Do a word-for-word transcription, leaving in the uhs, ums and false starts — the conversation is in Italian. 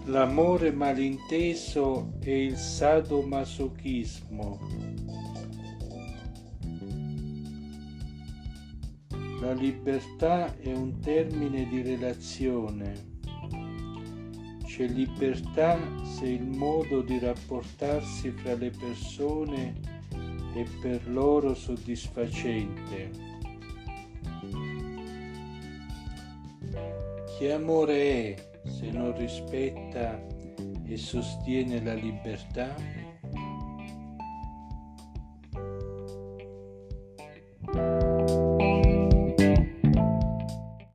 L'amore malinteso e il sadomasochismo. La libertà è un termine di relazione. C'è libertà se il modo di rapportarsi fra le persone è per loro soddisfacente. Che amore è se non rispetta e sostiene la libertà?